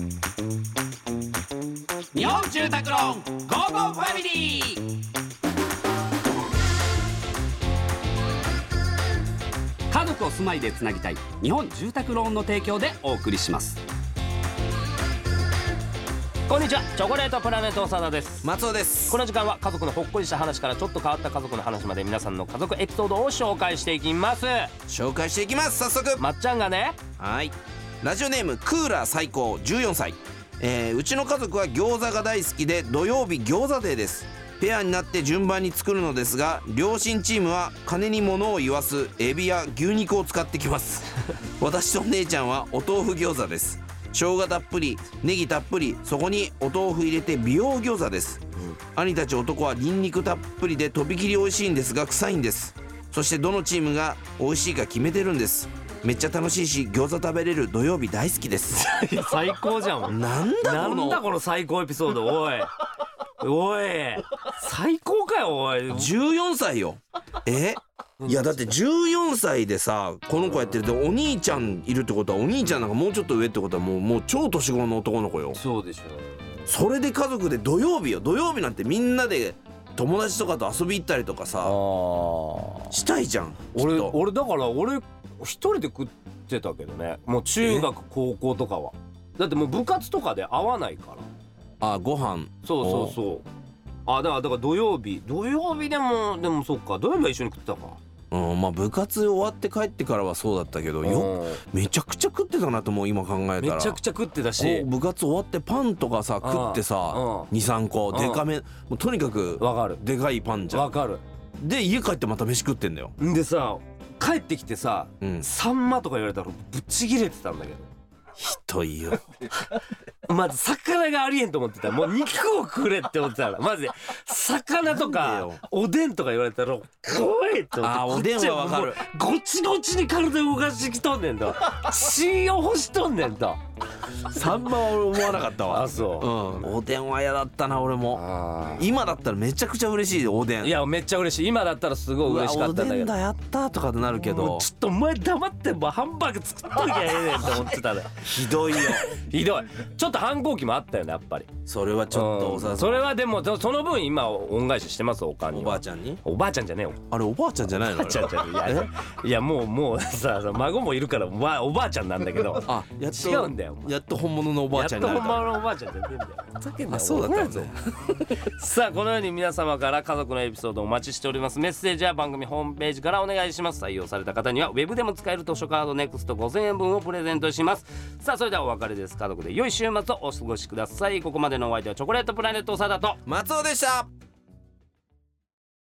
日本住宅ローンゴーゴーファミリー。家族を住まいでつなぎたい日本住宅ローンの提供でお送りします。 こんにちは、チョコレートプラネット長田です。 松尾です。 この時間は家族のほっこりした話からちょっと変わった家族の話まで皆さんの家族エピソードを紹介していきます。 紹介していきます。早速まっちゃんがね、 はい、ラジオネームクーラー最高14歳、うちの家族は餃子が大好きで土曜日餃子デーです。ペアになって順番に作るのですが、両親チームは金に物を言わすエビや牛肉を使ってきます私と姉ちゃんはお豆腐餃子です。生姜たっぷり、ネギたっぷり、そこにお豆腐入れて美容餃子です、兄たち男はニンニクたっぷりでとびきり美味しいんですが臭いんです。そしてどのチームが美味しいか決めてるんです。めっちゃ楽しいし餃子食べれる土曜日大好きですいや最高じゃん。 なんだこの最高エピソード。おいおい最高かよおい。 14歳よ。いやだって14歳でさこの子やってるとお兄ちゃんいるってことはお兄ちゃんなんかもうちょっと上ってことはもう超年頃の男の子よ。 そうでしょ。 それで家族で土曜日よ。土曜日なんてみんなで友達とかと遊び行ったりとかさしたいじゃん。 俺だから俺一人で食ってたけどね。もう中学高校とかはだってもう部活とかで会わないから。 ご飯。 そうだから土曜日でもそっか土曜日は一緒に食ってたか。 まあ部活終わって帰ってからはそうだったけどめちゃくちゃ食ってたなと思う今考えたら。 めちゃくちゃ食ってたし部活終わってパンとかさ食ってさ 2,3 個でかめもうとにかくわかるでかいパンじゃん。 わかる。 で家帰ってまた飯食ってんだよ。 でさ帰ってきてさ、サンマとか言われたらぶっちぎれてたんだけど。 ひどいよまず魚がありえんと思ってた。もう肉をくれって思ってたらマジで魚とかおでんとか言われたら怖いって思って。 おでんはわかる。 ごちごちに体動かしてきとんねんと血を欲しとんねんと。 サンマは俺思わなかったわ。 そう、 おでんは嫌だったな俺も。今だったらめちゃくちゃ嬉しいおでん。 いやめっちゃ嬉しい。今だったらすごい嬉しかったんだけど。 おでんだやったとかってなるけどちょっとお前黙ってもハンバーグ作っときゃええねんって思ってたねひどいよひどい。ちょっと反抗期もあったよねやっぱり。 それはちょっとそれはでもその分今恩返ししてます。おかんには。 おばあちゃんに。 おばあちゃんじゃねえよ。 あれおばあちゃんじゃないの。 いやもうさ孫もいるからおばあちゃんなんだけど違うんだよ。 やっと本物のおばあちゃんになるやっと本物のおばあちゃんじゃねえんだよ。ふざけんなよ。 そうだったんだよさあこのように皆様から家族のエピソードをお待ちしております。メッセージは番組ホームページからお願いします。採用された方にはウェブでも使える図書カード NEXT5000 円分をプレゼントします。さあそれではお別れです。家族で良い週末をお過ごしください。ここまでのお相手はチョコレートプラネット長田と松尾でした。